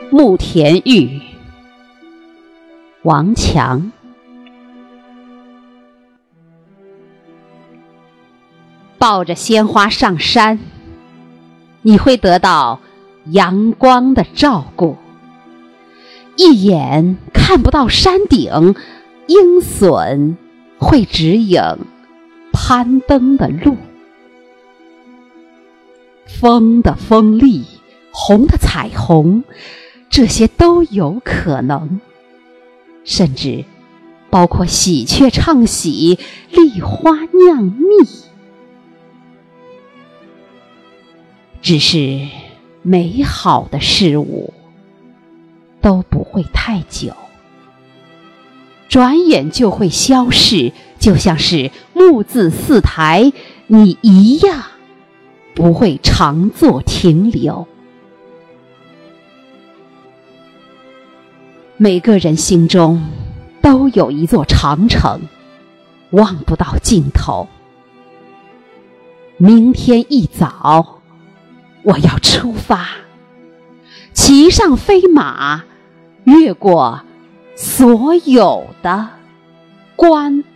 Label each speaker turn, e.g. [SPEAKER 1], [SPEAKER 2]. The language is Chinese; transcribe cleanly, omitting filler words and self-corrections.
[SPEAKER 1] 慕田峪，王强。抱着鲜花上山，你会得到阳光的照顾，一眼看不到山顶，鹰隼会指引攀登的路。风的风力，红的彩虹，这些都有可能，甚至包括喜鹊唱喜，梨花酿蜜。只是美好的事物都不会太久，转眼就会消逝，就像是木字四台，你一样不会长坐停留。每个人心中都有一座长城，望不到尽头。明天一早我要出发，骑上飞马，越过所有的关